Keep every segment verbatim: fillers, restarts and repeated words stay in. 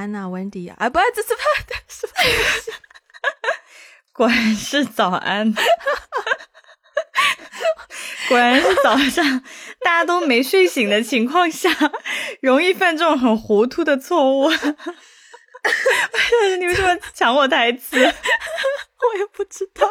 安啊 Wendy 啊，啊不这是什么果然是早安果然是早上大家都没睡醒的情况下容易犯这种很糊涂的错误你为什么抢我台词我也不知道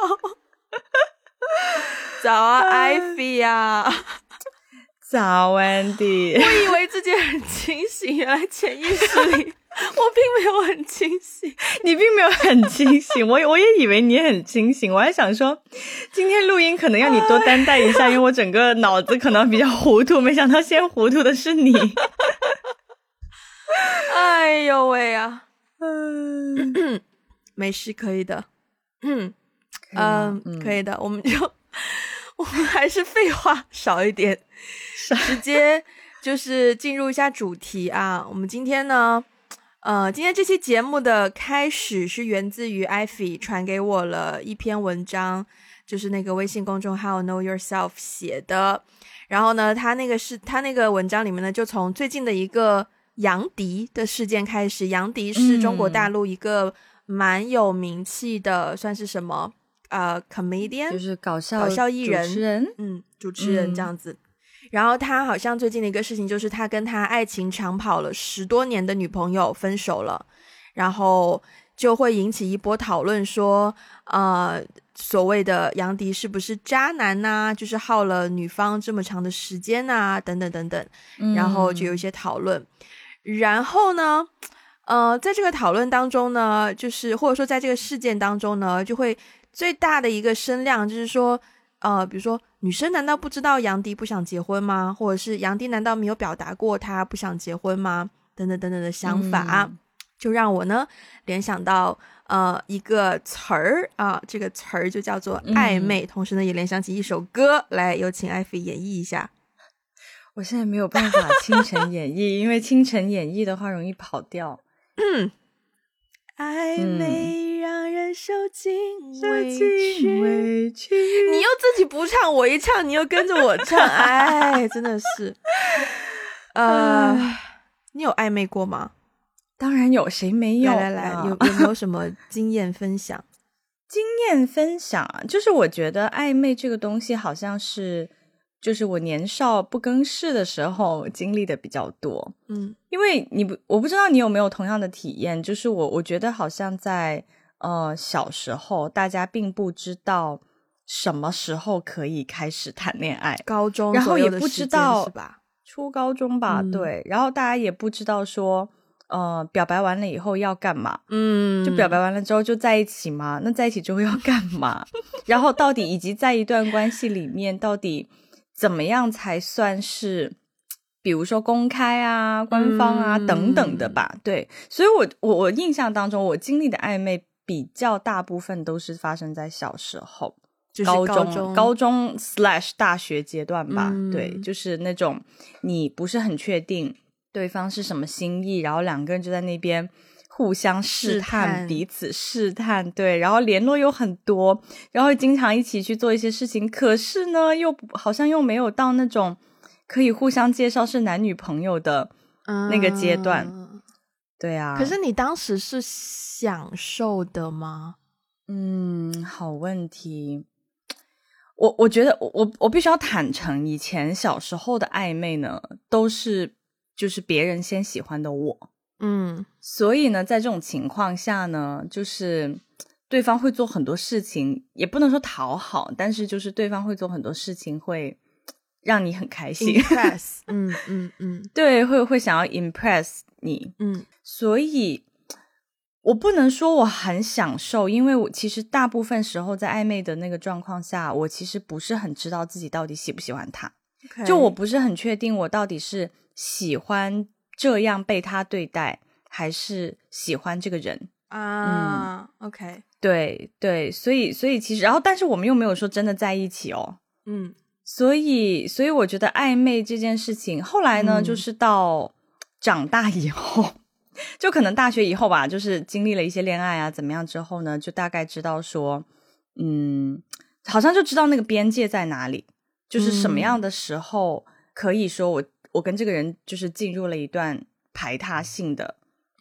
早啊 Ivy 啊早 Wendy 我以为自己很清醒，原来潜意识里我并没有很清醒你并没有很清醒我我也以为你很清醒，我还想说今天录音可能要你多担待一下因为我整个脑子可能比较糊涂，没想到先糊涂的是你哎呦喂啊嗯没事可以的嗯嗯、呃、可以的我们就我们还是废话少一点直接就是进入一下主题啊。我们今天呢呃，今天这期节目的开始是源自于 Ivy 传给我了一篇文章，就是那个微信公众号 Know Yourself 写的。然后呢他那个是他那个文章里面呢就从最近的一个杨迪的事件开始。杨迪是中国大陆一个蛮有名气的、嗯、算是什么呃 comedian 就是搞笑搞笑艺人主持人嗯主持人这样子、嗯、然后他好像最近的一个事情就是他跟他爱情长跑了十多年的女朋友分手了，然后就会引起一波讨论说呃所谓的杨迪是不是渣男啊，就是耗了女方这么长的时间啊等等等等，然后就有一些讨论、嗯、然后呢呃在这个讨论当中呢，就是或者说在这个事件当中呢，就会最大的一个声量就是说呃，比如说女生难道不知道杨迪不想结婚吗？或者是杨迪难道没有表达过他不想结婚吗？等等等等的想法、嗯、就让我呢联想到呃一个词儿啊，这个词儿就叫做暧昧、嗯、同时呢也联想起一首歌，来有请艾菲演绎一下。 我现在没有办法倾城演绎因为倾城演绎的话容易跑调嗯暧昧让人受尽委屈、嗯、委屈你又自己不唱我一唱你又跟着我唱哎，真的是呃，你有暧昧过吗？ 当然有，谁没有？ 来来来，有有没有什么经验分享？ 经验分享啊，就是我觉得暧昧这个东西好像是就是我年少不更事的时候经历的比较多。嗯，因为你不我不知道你有没有同样的体验，就是我我觉得好像在呃小时候大家并不知道什么时候可以开始谈恋爱， 高中左右的时间是吧？ 初高中吧、嗯、对，然后大家也不知道说呃，表白完了以后要干嘛？嗯，就表白完了之后就在一起吗？那在一起之后要干嘛？然后到底以及在一段关系里面到底怎么样才算是比如说公开啊、官方啊、嗯、等等的吧。对，所以我我我印象当中我经历的暧昧比较大部分都是发生在小时候， 就是高中高中, 高中 slash 大学阶段吧、嗯、对，就是那种你不是很确定对方是什么心意，然后两个人就在那边互相试探彼此试探，对，然后联络又很多，然后经常一起去做一些事情，可是呢又好像又没有到那种可以互相介绍是男女朋友的那个阶段、嗯、对啊。 可是你当时是享受的吗？ 嗯，好问题。我我觉得我我必须要坦诚，以前小时候的暧昧呢都是就是别人先喜欢的我，嗯，所以呢在这种情况下呢，就是对方会做很多事情，也不能说讨好，但是就是对方会做很多事情会让你很开心 impress 嗯嗯嗯， 对，会会想要 impress 你，嗯，所以我不能说我很享受，因为我其实大部分时候在暧昧的那个状况下，我其实不是很知道自己到底喜不喜欢他、okay. 就我不是很确定我到底是喜欢这样被他对待还是喜欢这个人啊、uh, 嗯 OK 对对，所以所以其实然后但是我们又没有说真的在一起哦，嗯，所以所以我觉得暧昧这件事情后来呢、嗯、就是到长大以后就可能大学以后吧，就是经历了一些恋爱啊怎么样之后呢，就大概知道说嗯，好像就知道那个边界在哪里，就是什么样的时候可以说我我跟这个人就是进入了一段排他性的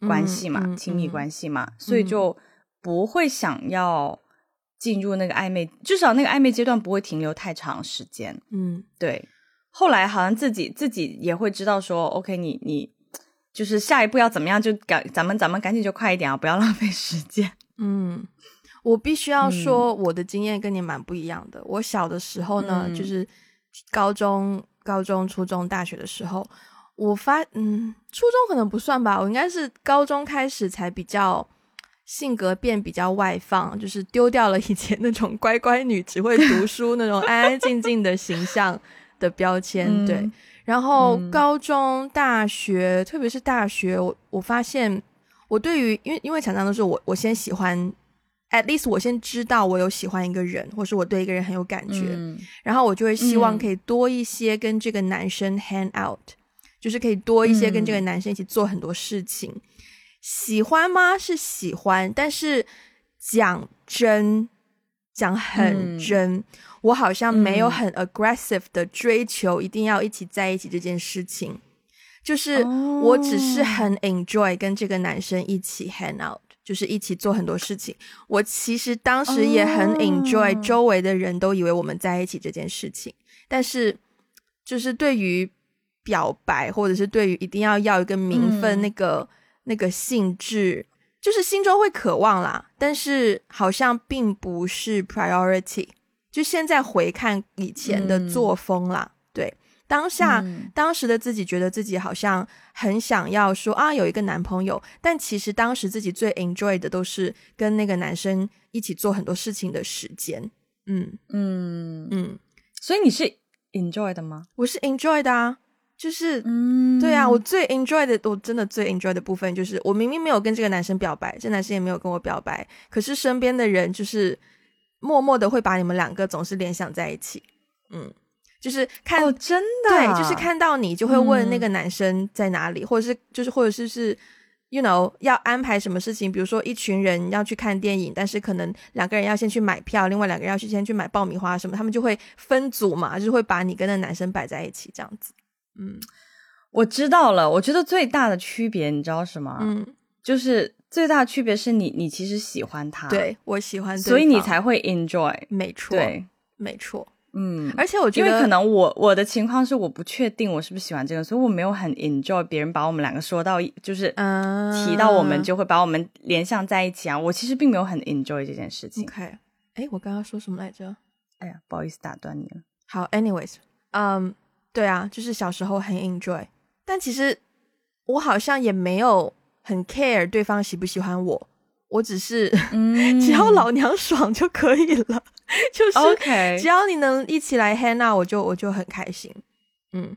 关系嘛，嗯嗯、亲密关系嘛、嗯、所以就不会想要进入那个暧昧，至少那个暧昧阶段不会停留太长时间。嗯，对。后来好像自己自己也会知道说 OK 你你就是下一步要怎么样，就赶咱们咱们赶紧就快一点啊，不要浪费时间。 嗯，我必须要说我的经验跟你蛮不一样的、嗯、我小的时候呢、嗯、就是高中高中初中大学的时候，我发嗯初中可能不算吧，我应该是高中开始才比较性格变比较外放，就是丢掉了以前那种乖乖女只会读书那种安安静静的形象的标签、嗯、对。然后高中大学、嗯、特别是大学我我发现我对于因为因为常常都是我我先喜欢 at least 我先知道我有喜欢一个人，或是我对一个人很有感觉、嗯、然后我就会希望可以多一些跟这个男生 hang out、嗯、就是可以多一些跟这个男生一起做很多事情、嗯、喜欢吗？是喜欢，但是讲真讲很真、嗯、我好像没有很 aggressive 的追求一定要一起在一起这件事情，就是我只是很 enjoy 跟这个男生一起 hang out， 就是一起做很多事情。我其实当时也很 enjoy 周围的人都以为我们在一起这件事情，但是就是对于表白或者是对于一定要要一个名分、嗯、那个那个性质，就是心中会渴望啦，但是好像并不是 priority， 就现在回看以前的作风啦、嗯、对，当下、嗯、当时的自己觉得自己好像很想要说啊有一个男朋友，但其实当时自己最 enjoy 的都是跟那个男生一起做很多事情的时间。嗯嗯嗯，所以你是 enjoy 的吗？ 我是 enjoy 的啊，就是嗯，对啊，我最 enjoy 的，我真的最 enjoy 的部分就是我明明没有跟这个男生表白，这男生也没有跟我表白，可是身边的人就是默默的会把你们两个总是联想在一起。嗯，就是看、 哦、真的对，就是看到你就会问那个男生在哪里、嗯、或者是就是或者是是 you know 要安排什么事情，比如说一群人要去看电影，但是可能两个人要先去买票，另外两个人要去先去买爆米花什么，他们就会分组嘛，就是会把你跟那男生摆在一起这样子。嗯， 我知道了，我觉得最大的区别你知道什么？嗯，就是最大的区别是你你其实喜欢他， 对，我喜欢对方， 所以你才会 enjoy。 没错，对，没错。 嗯， 而且我觉得因为可能我我的情况是我不确定我是不是喜欢这个，所以我没有很 enjoy 别人把我们两个说到就是提到我们就会把我们联想在一起啊，我其实并没有很 enjoy 这件事情。 OK， 诶我刚刚说什么来着？ 哎呀不好意思打断你了。 好 anyways 嗯、um, 对啊，就是小时候很 enjoy， 但其实我好像也没有很 care 对方喜不喜欢我，我只是、嗯、只要老娘爽就可以了，就是、okay. 只要你能一起来 hang out 我就我就很开心。嗯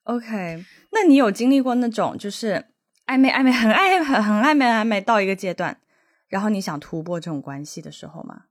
OK， 那你有经历过那种就是暧昧暧昧很暧昧很很暧昧暧昧到一个阶段，然后你想突破这种关系的时候吗？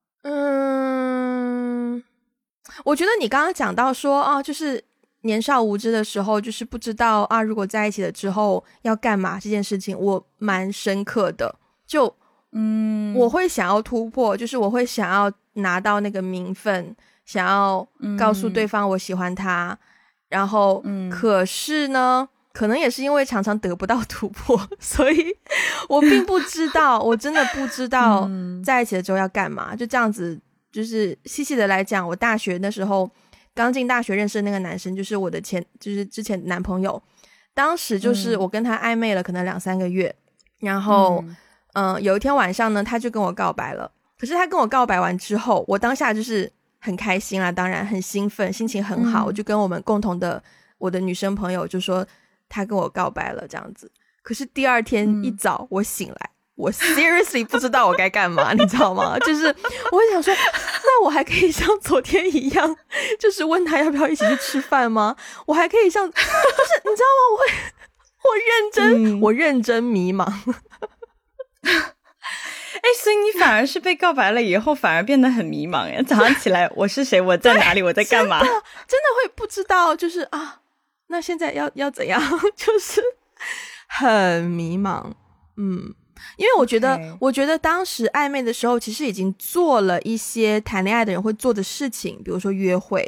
嗯，我觉得你刚刚讲到说啊，就是年少无知的时候，就是不知道啊如果在一起了之后要干嘛这件事情，我蛮深刻的。就嗯，我会想要突破，就是我会想要拿到那个名分，想要告诉对方我喜欢他、嗯、然后、嗯、可是呢可能也是因为常常得不到突破，所以我并不知道我真的不知道在一起了之后要干嘛、嗯、就这样子。就是细细的来讲，我大学那时候刚进大学认识的那个男生就是我的前就是之前男朋友，当时就是我跟他暧昧了可能两三个月，然后嗯、呃，有一天晚上呢他就跟我告白了。可是他跟我告白完之后，我当下就是很开心啦，当然很兴奋，心情很好、嗯、我就跟我们共同的我的女生朋友就说他跟我告白了这样子。可是第二天一早、嗯、我醒来，我 seriously 不知道我该干嘛你知道吗？就是我会想说那我还可以像昨天一样就是问他要不要一起去吃饭吗？我还可以像就是你知道吗，我会我认真、嗯、我认真迷茫哎，所以你反而是被告白了以后反而变得很迷茫耶，早上起来我是谁，我在哪里，我在干嘛， 真的真的会不知道，就是啊那现在要要怎样，就是很迷茫。嗯，因为我觉得、okay. 我觉得当时暧昧的时候其实已经做了一些谈恋爱的人会做的事情，比如说约会，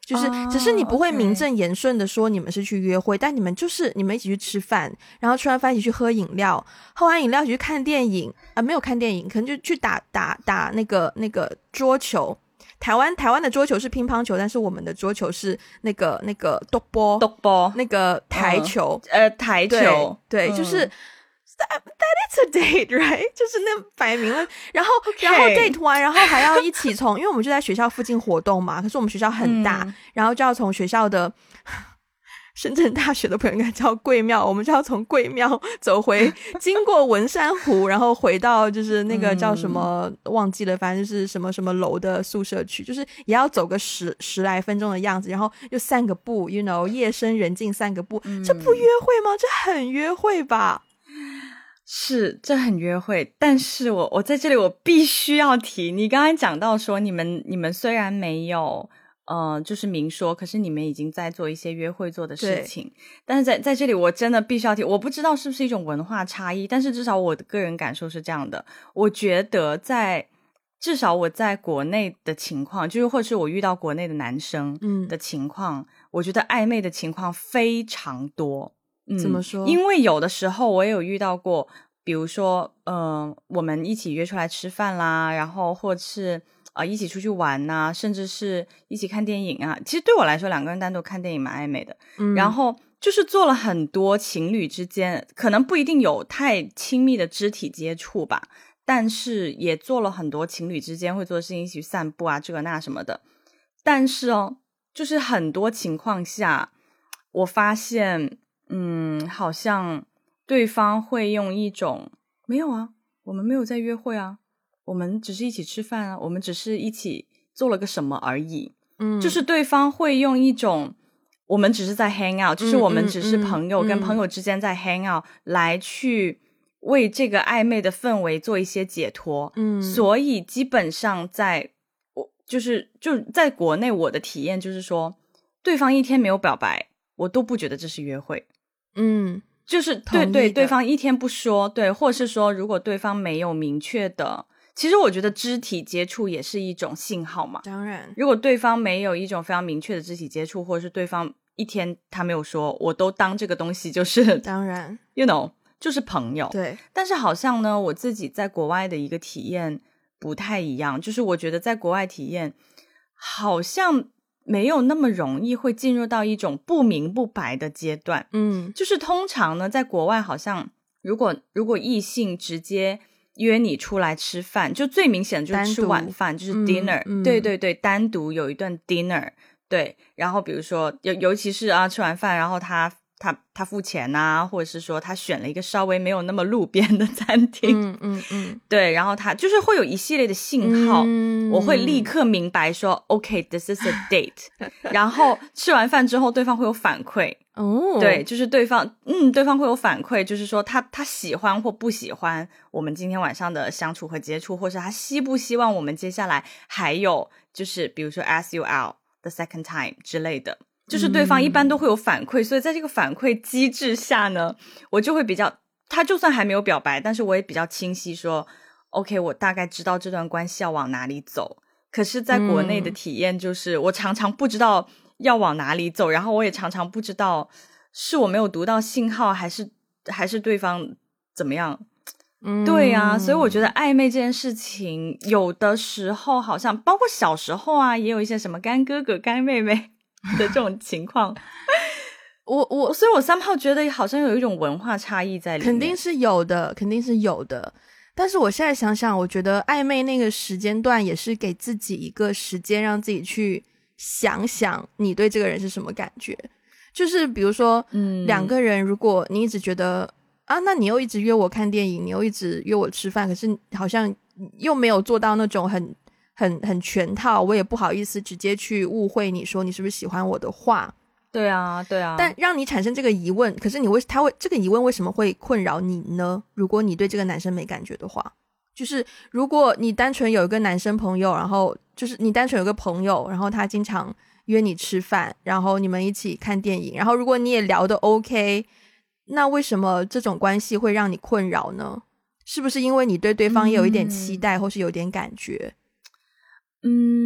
就是只是你不会名正言顺的说你们是去约会、oh, okay. 但你们就是你们一起去吃饭，然后吃完饭一起去喝饮料，喝完饮料一起去看电影啊，没有看电影可能就去打打打那个那个桌球。台湾台湾的桌球是乒乓球，但是我们的桌球是那个那个夺波夺波那个台球、 嗯、呃台球对, 对、嗯、就是 that, that is a date right 就是那摆明了然后、okay. 然后 date 完然后还要一起从因为我们就在学校附近活动嘛，可是我们学校很大、嗯、然后就要从学校的深圳大学的朋友应该叫贵庙，我们就要从贵庙走回经过文山湖然后回到就是那个叫什么、嗯、忘记了，反正就是什么什么楼的宿舍区，就是也要走个十十来分钟的样子，然后又散个步 you know 夜深人静散个步、嗯、这不约会吗？这很约会吧。 是，这很约会，但是我我在这里我必须要提，你刚才讲到说你们你们虽然没有呃，就是明说，可是你们已经在做一些约会做的事情，但是在在这里我真的必须要提，我不知道是不是一种文化差异，但是至少我的个人感受是这样的，我觉得在至少我在国内的情况，就是或是我遇到国内的男生的情况、嗯、我觉得暧昧的情况非常多。嗯， 怎么说？ 因为有的时候我也有遇到过，比如说呃，我们一起约出来吃饭啦，然后或是啊、呃，一起出去玩啊，甚至是一起看电影啊。其实对我来说，两个人单独看电影蛮暧昧的。嗯，然后就是做了很多情侣之间，可能不一定有太亲密的肢体接触吧，但是也做了很多情侣之间会做的事情，一起去散步啊，这个那什么的。但是哦，就是很多情况下，我发现，嗯，好像对方会用一种没有啊，我们没有在约会啊。我们只是一起吃饭啊，我们只是一起做了个什么而已。嗯，就是对方会用一种我们只是在 hang out、嗯、就是我们只是朋友、嗯、跟朋友之间在 hang out、嗯、来去为这个暧昧的氛围做一些解脱。嗯，所以基本上在我就是就在国内我的体验就是说，对方一天没有表白我都不觉得这是约会。嗯，就是对对，对方一天不说，对，或是说如果对方没有明确的，其实我觉得肢体接触也是一种信号嘛。 当然， 如果对方没有一种非常明确的肢体接触，或者是对方一天他没有说，我都当这个东西就是当然 you know 就是朋友。 对， 但是好像呢我自己在国外的一个体验不太一样，就是我觉得在国外体验好像没有那么容易会进入到一种不明不白的阶段。嗯，就是通常呢在国外好像如果如果异性直接约你出来吃饭，就最明显的就是吃晚饭，就是 dinner、嗯嗯、对对对，单独有一顿 dinner。 对，然后比如说尤尤其是啊吃完饭然后他他他付钱啊，或者是说他选了一个稍微没有那么路边的餐厅。嗯嗯嗯，对，然后他就是会有一系列的信号、嗯、我会立刻明白说 OK this is a date 然后吃完饭之后对方会有反馈。哦，对，就是对方嗯对方会有反馈，就是说他他喜欢或不喜欢我们今天晚上的相处和接触，或是他希不希望我们接下来还有就是比如说 ask you out the second time 之类的，就是对方一般都会有反馈、嗯、所以在这个反馈机制下呢，我就会比较，他就算还没有表白，但是我也比较清晰说 OK 我大概知道这段关系要往哪里走。可是在国内的体验就是、嗯、我常常不知道要往哪里走，然后我也常常不知道是我没有读到信号还是还是对方怎么样。嗯，对啊，所以我觉得暧昧这件事情有的时候好像包括小时候啊也有一些什么干哥哥干妹妹的这种情况我我所以我somehow觉得好像有一种文化差异在里面。 肯定是有的，肯定是有的，但是我现在想想，我觉得暧昧那个时间段也是给自己一个时间让自己去想想你对这个人是什么感觉。就是比如说嗯，两个人如果你一直觉得啊，那你又一直约我看电影，你又一直约我吃饭，可是好像又没有做到那种很很很全套，我也不好意思直接去误会你说你是不是喜欢我的话。 对啊对啊， 但让你产生这个疑问，可是你为他会这个疑问为什么会困扰你呢？如果你对这个男生没感觉的话，就是如果你单纯有一个男生朋友，然后就是你单纯有个朋友，然后他经常约你吃饭，然后你们一起看电影，然后如果你也聊得 OK， 那为什么这种关系会让你困扰呢？是不是因为你对对方也有一点期待、嗯、或是有点感觉？ 嗯，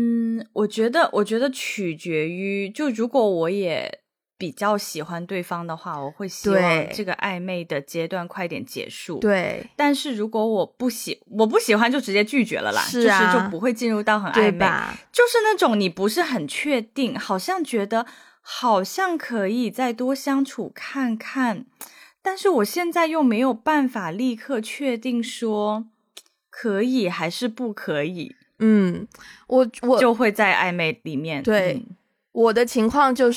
我觉得我觉得取决于，就如果我也比较喜欢对方的话，我会希望这个暧昧的阶段快点结束。 对，但是如果我不喜我不喜欢就直接拒绝了啦， 是啊， 就是就不会进入到很暧昧， 对吧？ 就是那种你不是很确定，好像觉得好像可以再多相处看看，但是我现在又没有办法立刻确定说可以还是不可以。 嗯，我我就会在暧昧里面。 对、 嗯、 我的情况就是，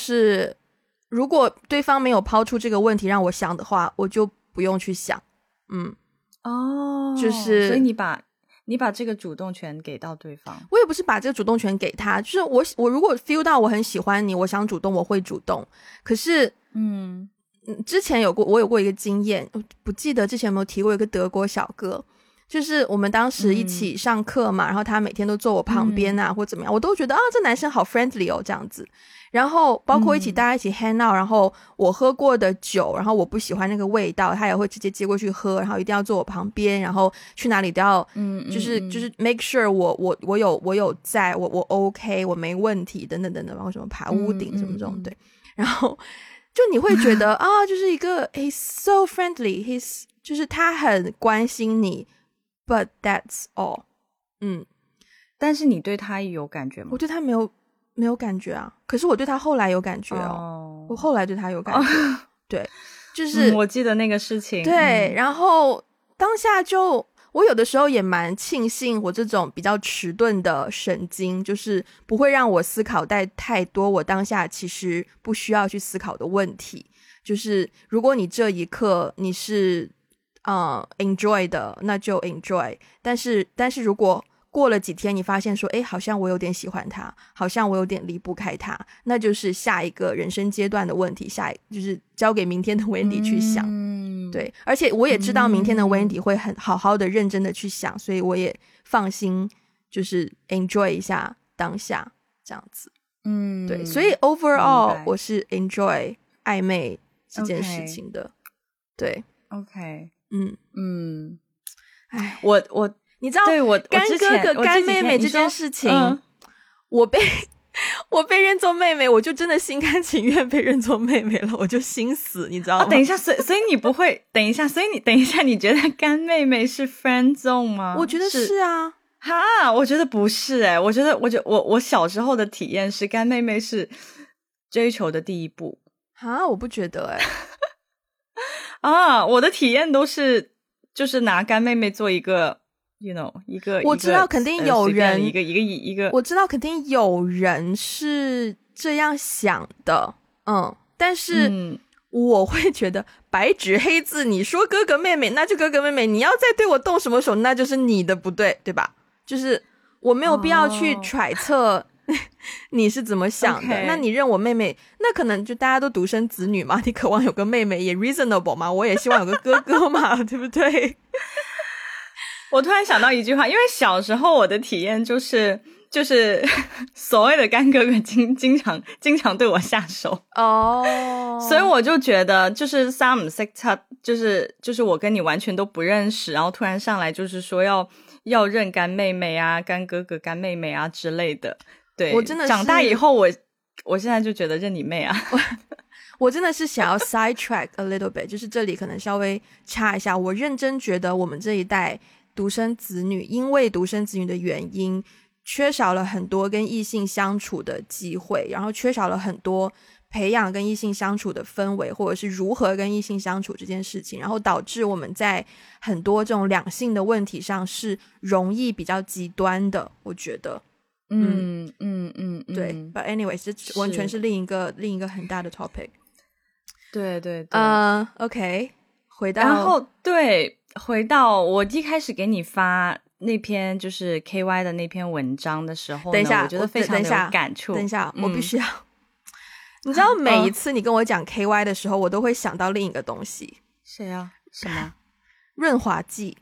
如果对方没有抛出这个问题让我想的话，我就不用去想。嗯， 哦， 就是所以你把你把这个主动权给到对方。 我也不是把这个主动权给他，就是我我如果 feel 到我很喜欢你，我想主动我会主动。可是嗯之前有过我有过一个经验，不记得之前有没有提过一个德国小哥，就是我们当时一起上课嘛、嗯、然后他每天都坐我旁边啊、嗯、或怎么样，我都觉得啊这男生好 friendly 哦这样子，然后包括一起、嗯、大家一起 hang out， 然后我喝过的酒，然后我不喜欢那个味道，他也会直接接过去喝，然后一定要坐我旁边，然后去哪里都要嗯就是嗯就是 make sure 我我我有我有在我我 OK 我没问题等等等等，包括什么爬屋顶什么这种、嗯嗯、对，然后就你会觉得啊就是一个 he's so friendly he's 就是他很关心你But that's all。 嗯， 但是你对他有感觉吗？ 我对他没有没有感觉啊，可是我对他后来有感觉哦。oh. 我后来对他有感觉。oh. 对，就是、 嗯、我记得那个事情。 对、 嗯、 然后当下就我有的时候也蛮庆幸我这种比较迟钝的神经，就是不会让我思考太太多我当下其实不需要去思考的问题，就是如果你这一刻你是嗯 enjoy 的那就 enjoy， 但是但是如果过了几天你发现说诶好像我有点喜欢他，好像我有点离不开他，那就是下一个人生阶段的问题，下一就是交给明天的 Wendy 去想、嗯、对，而且我也知道明天的 Wendy 会很好好的认真的去想、嗯、所以我也放心就是 enjoy 一下当下这样子。嗯，对，所以 overall 我是 enjoy 暧昧这件事情的、okay. 对 OK 嗯嗯，哎，我我你知道， 对我干哥哥干妹妹这件事情，嗯、我被我被认作妹妹，我就真的心甘情愿被认作妹妹了，我就心死，你知道吗？ 哦、等一下，所以所以你不会，等一下，所以你等一下，你觉得干妹妹是 friend zone 吗？ 我觉得是啊， 哈，我觉得不是哎、欸，我觉得，我觉得我我小时候的体验是干妹妹是追求的第一步。 哈，我不觉得哎、欸。 啊，我的体验都是就是拿干妹妹做一个 you know 一个我知道肯定有人、呃、 一个一个一个我知道肯定有人是这样想的，嗯，但是我会觉得白纸黑字你说哥哥妹妹那就哥哥妹妹，你要再对我动什么手那就是你的不对，对吧？就是我没有必要去揣测、oh. 你是怎么想的、okay. 那你认我妹妹，那可能就大家都独生子女嘛，你渴望有个妹妹也 reasonable 嘛，我也希望有个哥哥嘛对不对？ 我突然想到一句话，因为小时候我的体验就是就是所谓的干哥哥经经常经常对我下手哦， oh. 所以我就觉得就是三唔識七，就是就是我跟你完全都不认识，然后突然上来就是说要要认干妹妹啊干哥哥干妹妹啊之类的。对， 我真的是长大以后我我现在就觉得认你妹啊我, 我真的是想要 sidetrack a little bit 就是这里可能稍微插一下，我认真觉得我们这一代独生子女因为独生子女的原因缺少了很多跟异性相处的机会，然后缺少了很多培养跟异性相处的氛围，或者是如何跟异性相处这件事情，然后导致我们在很多这种两性的问题上是容易比较极端的，我觉得嗯嗯嗯嗯， 对 But anyways 这完全是另一个另一个很大的 topic。 对对对， 呃、uh, OK 回到然后对回到我一开始给你发那篇就是 K Y 的那篇文章的时候呢， 等一下我觉得非常的有感触。 等一下、 嗯、 我必须要你知道每一次你跟我讲 K Y 的时候、嗯、我都会想到另一个东西。 谁啊？什么？ 润滑剂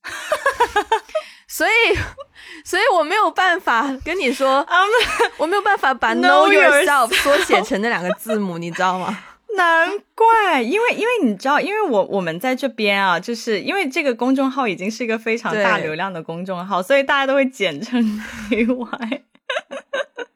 所以所以我没有办法跟你说、um, 我没有办法把 know yourself 缩写成那两个字母你知道吗？ 难怪，因为因为你知道，因为我我们在这边啊，就是因为这个公众号已经是一个非常大流量的公众号，所以大家都会简称 K Y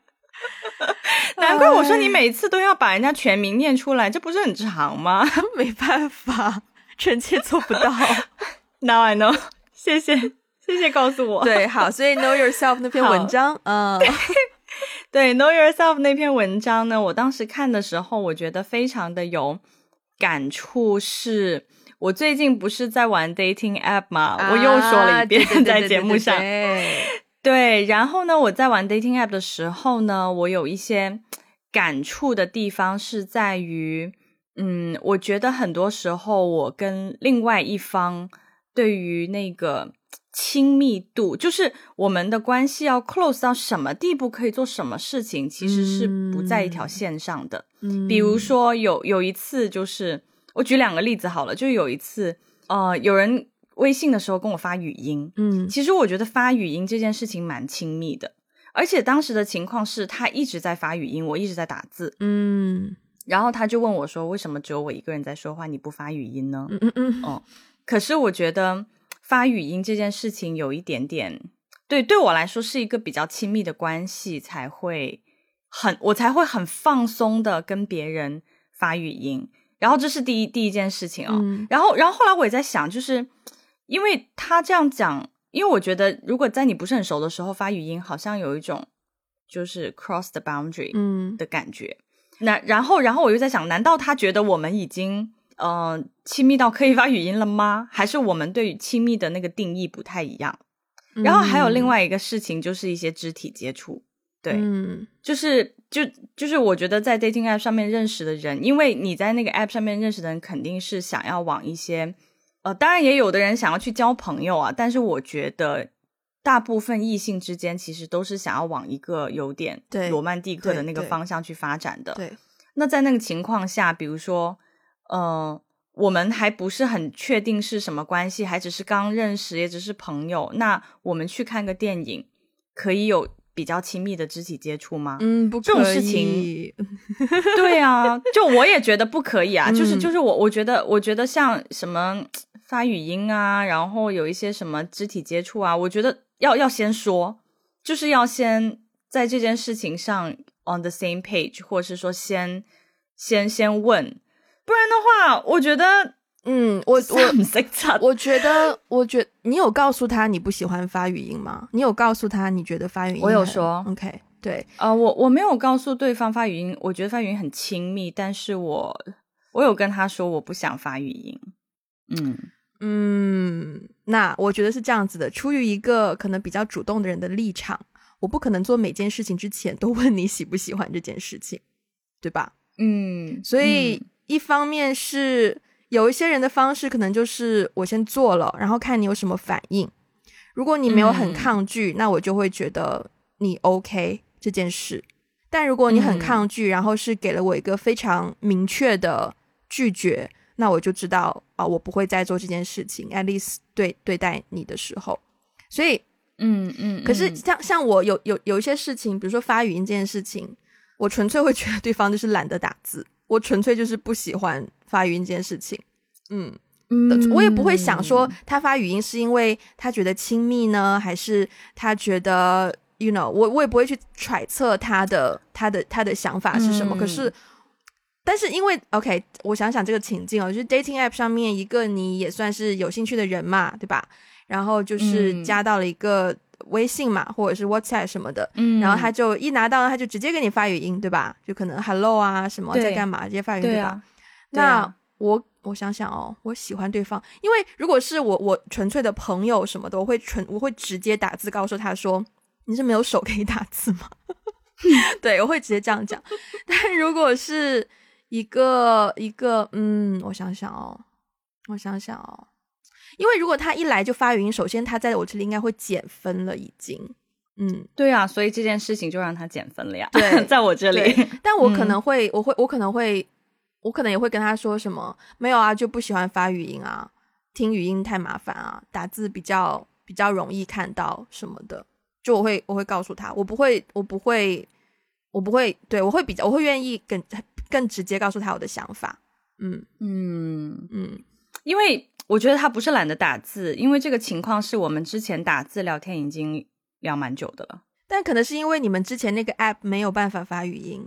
难怪我说你每次都要把人家全名念出来，这不是很长吗？ 没办法，臣妾做不到。 Now I know， 谢谢谢谢告诉我。 对，好，所以 Know Yourself 那篇文章，嗯， 对 Know Yourself 那篇文章呢，我当时看的时候，我觉得非常的有感触，是我最近不是在玩 dating app 吗、啊、我又说了一遍， 对对对对对对在节目上。对，然后呢，我在玩 dating app 的时候呢，我有一些感触的地方是在于，嗯，我觉得很多时候我跟另外一方对于那个亲密度，就是我们的关系要 close 到什么地步，可以做什么事情，其实是不在一条线上的。嗯，比如说有有一次，就是我举两个例子好了，就有一次，呃，有人微信的时候跟我发语音，嗯，其实我觉得发语音这件事情蛮亲密的，而且当时的情况是他一直在发语音，我一直在打字，嗯，然后他就问我说，为什么只有我一个人在说话，你不发语音呢？嗯嗯嗯，哦，可是我觉得发语音这件事情有一点点，对对我来说是一个比较亲密的关系，才会很我才会很放松的跟别人发语音。然后这是第一第一件事情哦，嗯、然后然后后来我也在想，就是因为他这样讲，因为我觉得如果在你不是很熟的时候发语音，好像有一种就是 cross the boundary 的感觉。嗯、那然后然后我又在想，难道他觉得我们已经呃亲密到可以发语音了吗？还是我们对于亲密的那个定义不太一样？嗯、然后还有另外一个事情，就是一些肢体接触。对，嗯，就是就就是我觉得在 dating app 上面认识的人，因为你在那个 app 上面认识的人肯定是想要往一些呃，当然也有的人想要去交朋友啊，但是我觉得大部分异性之间其实都是想要往一个有点罗曼蒂克的那个方向去发展的。对，对，那在那个情况下，比如说呃，我们还不是很确定是什么关系，还只是刚认识，也只是朋友，那我们去看个电影可以有比较亲密的肢体接触吗？ 嗯，不可以。 这种事情对啊，就我也觉得不可以啊。嗯、就是就是我我觉得我觉得像什么发语音啊，然后有一些什么肢体接触啊，我觉得要要先说，就是要先在这件事情上 on the same page， 或者是说先先先问，不然的话我觉得嗯，我我我觉得，我觉得你有告诉他你不喜欢发语音吗？你有告诉他你觉得发语音？ 我有说 ，OK， 对， 呃，我我没有告诉对方发语音，我觉得发语音很亲密，但是我我有跟他说我不想发语音。嗯嗯，那我觉得是这样子的，出于一个可能比较主动的人的立场，我不可能做每件事情之前都问你喜不喜欢这件事情，对吧？嗯，所以、嗯、一方面是。有一些人的方式可能就是我先做了，然后看你有什么反应。如果你没有很抗拒、嗯、那我就会觉得你 OK 这件事。但如果你很抗拒、嗯、然后是给了我一个非常明确的拒绝，那我就知道啊、呃，我不会再做这件事情 at least 对对待你的时候。所以嗯嗯，可是像像我有有有一些事情，比如说发语音这件事情，我纯粹会觉得对方就是懒得打字，我纯粹就是不喜欢发语音这件事情。嗯嗯，我也不会想说他发语音是因为他觉得亲密呢，还是他觉得 you know 我我也不会去揣测他的他的他的想法是什么、嗯、可是但是因为 OK 我想想这个情境哦，就是 dating app 上面一个你也算是有兴趣的人嘛，对吧？然后就是加到了一个微信嘛、嗯、或者是 WhatsApp 什么的、嗯、然后他就一拿到他就直接给你发语音，对吧？就可能 hello 啊什么在干嘛，直接发语音， 对, 对吧、啊、那、啊、我我想想哦，我喜欢对方，因为如果是我我纯粹的朋友什么的，我会纯我会直接打字告诉他说，你是没有手可以打字吗？对，我会直接这样讲。但如果是一个一个嗯，我想想哦，我想想哦，因为如果他一来就发语音，首先他在我这里应该会减分了，已经。嗯， 对啊，所以这件事情就让他减分了呀。对，在我这里， 但我可能会，嗯、我会，我可能会。我可能也会跟他说什么没有啊，就不喜欢发语音啊，听语音太麻烦啊，打字比较比较容易看到什么的，就我会我会告诉他，我不会我不会我不会对我会比较我会愿意更更直接告诉他我的想法。嗯嗯嗯，因为我觉得他不是懒得打字，因为这个情况是我们之前打字聊天已经聊蛮久的了， 但可能是因为你们之前那个 app 没有办法发语音。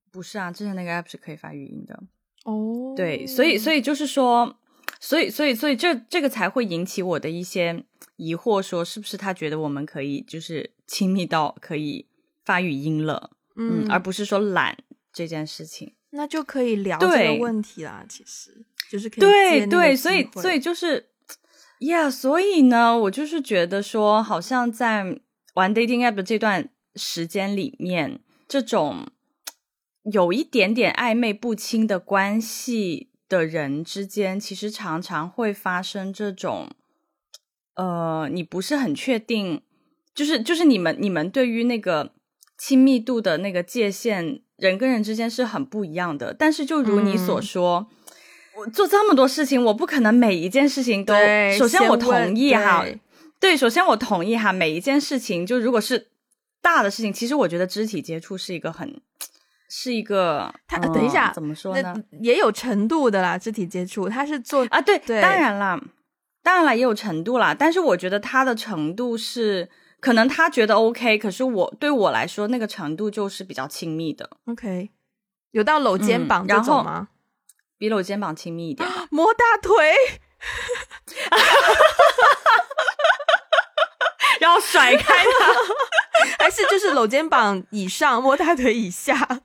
不是啊，之前那个 app 是可以发语音的。 哦， 对，所以所以就是说，所以所以所以这这个才会引起我的一些疑惑，说是不是他觉得我们可以就是亲密到可以发语音了，嗯，嗯而不是说懒这件事情， 那就可以聊这个问题啦。其实就是可以对对，所以所以就是，yeah， 所以呢，我就是觉得说，好像在玩 dating app 的这段时间里面，这种有一点点暧昧不清的关系的人之间，其实常常会发生这种，呃，你不是很确定，就是就是你们你们对于那个亲密度的那个界限，人跟人之间是很不一样的。但是就如你所说，嗯、我做这么多事情，我不可能每一件事情都，首先我同意哈，对, 对，首先我同意哈，每一件事情就如果是大的事情，其实我觉得肢体接触是一个很。是一个， 他、嗯、等一下， 怎么说呢？ 也有程度的啦，肢体接触，他是做啊，对， 对， 当然啦，当然啦，也有程度啦。但是我觉得他的程度是，可能他觉得 OK， 可是我对我来说，那个程度就是比较亲密的。 OK， 有到搂肩膀这种吗？ 嗯、比搂肩膀亲密一点， 摸大腿， 然后甩开他， 还是就是搂肩膀以上，摸大腿以下？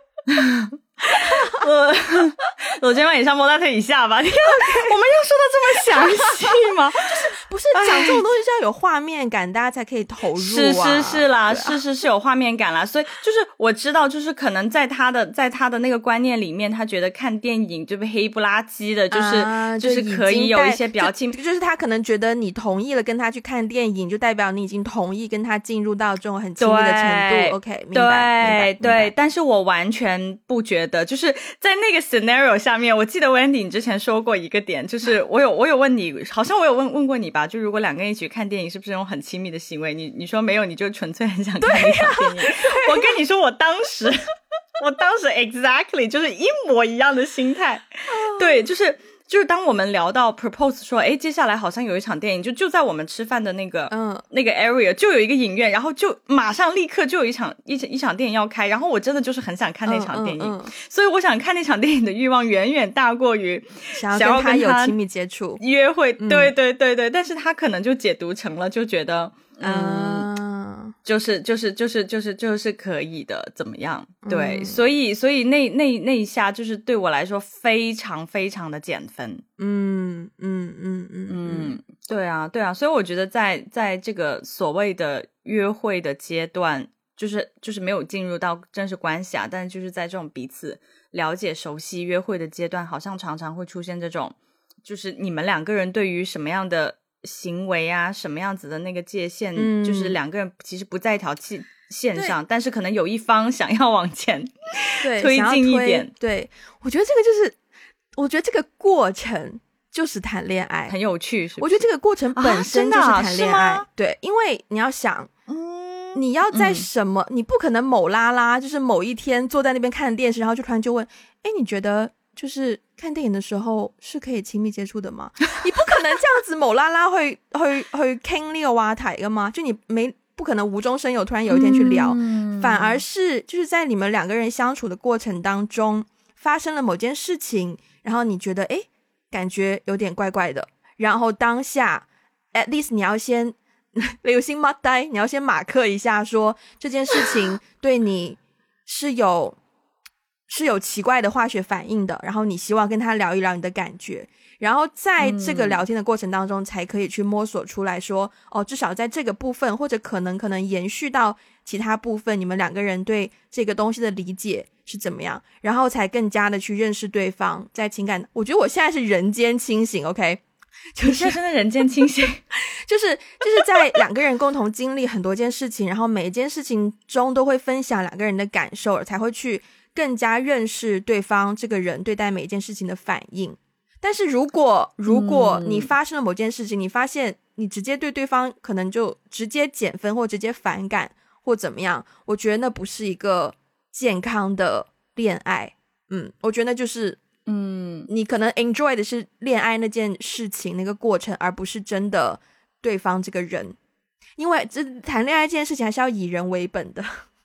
我搂肩膀以上摸大腿以下吧。我们要说的这么详细吗？ 就是不是讲这种东西是要有画面感，大家才可以投入啊。 是是是啦，啊、是是是有画面感啦。所以就是我知道，就是可能在他的在他的那个观念里面，他觉得看电影就被黑不拉几的，就是、 啊、 就是可以有一些表情， 就, 就是他可能觉得你同意了跟他去看电影，就代表你已经同意跟他进入到这种很亲密的程度。OK， 明白？ 对对，但是我完全不觉得，就是在那个 scenario 下面，我记得 Wendy 你之前说过一个点，就是我有我有问你，好像我有问问过你吧，就如果两个人一起看电影，是不是那种很亲密的行为？你你说没有，你就纯粹很想看那场电影。啊、我跟你说，我当时我当时 exactly 就是一模一样的心态，对，就是就是当我们聊到 propose 说，诶，接下来好像有一场电影，就就在我们吃饭的那个嗯那个 area 就有一个影院，然后就马上立刻就有一场一一场电影要开，然后我真的就是很想看那场电影，嗯嗯嗯、所以我想看那场电影的欲望远远大过于想要跟他有亲密接触约会，对对对对，但是他可能就解读成了就觉得嗯。 嗯，就是就是就是就是就是可以的，怎么样？对，嗯、所以所以那那那一下就是对我来说非常非常的减分。 嗯嗯嗯嗯嗯，对啊对啊，所以我觉得在在这个所谓的约会的阶段，就是就是没有进入到正式关系啊，但是就是在这种彼此了解、熟悉、约会的阶段，好像常常会出现这种，就是你们两个人对于什么样的行为啊，什么样子的那个界限、嗯、就是两个人其实不在一条线上，但是可能有一方想要往前推进一点。 对，我觉得这个就是我觉得这个过程就是谈恋爱， 很有趣是不是？ 我觉得这个过程本身就是谈恋爱、 啊、 对，因为你要想嗯，你要在什么、嗯、你不可能某拉拉就是某一天坐在那边看电视，然后就突然就问诶，你觉得就是看电影的时候是可以亲密接触的吗？你不可能这样子某拉拉去去去傾呢個話題噶嘛，就你沒不可能無中生有突然有一天去聊、嗯、反而是就是在你們兩個人相處的過程當中發生了某件事情，然後你覺得誒感覺有點怪怪的，然後當下 at least 你要先你要先 mark 低，你要先馬克一下說這件事情對你是有是有奇怪的化學反應的，然後你希望跟他聊一聊你的感覺，然後在這個聊天的過程當中才可以去摸索出來說哦，至少在這個部分或者可能可能延續到其他部分，你們兩個人對這個東西的理解是怎麼樣，然後才更加的去認識對方，在情感我覺得我現在是人間清醒 OK， 就是現在真的人間清醒就是就是在兩個人共同經歷很多件事情，然後每一件事情中都會分享兩個人的感受，才會去更加認識對方這個人對待每一件事情的反應。但是如果如果你發生了某件事情、嗯、你發現你直接對對方可能就直接減分或直接反感或怎麼樣，我覺得那不是一個健康的戀愛。嗯，我覺得那就是嗯，你可能 enjoy 的是戀愛那件事情那個過程，而不是真的對方這個人，因為這談戀愛這件事情還是要以人為本的。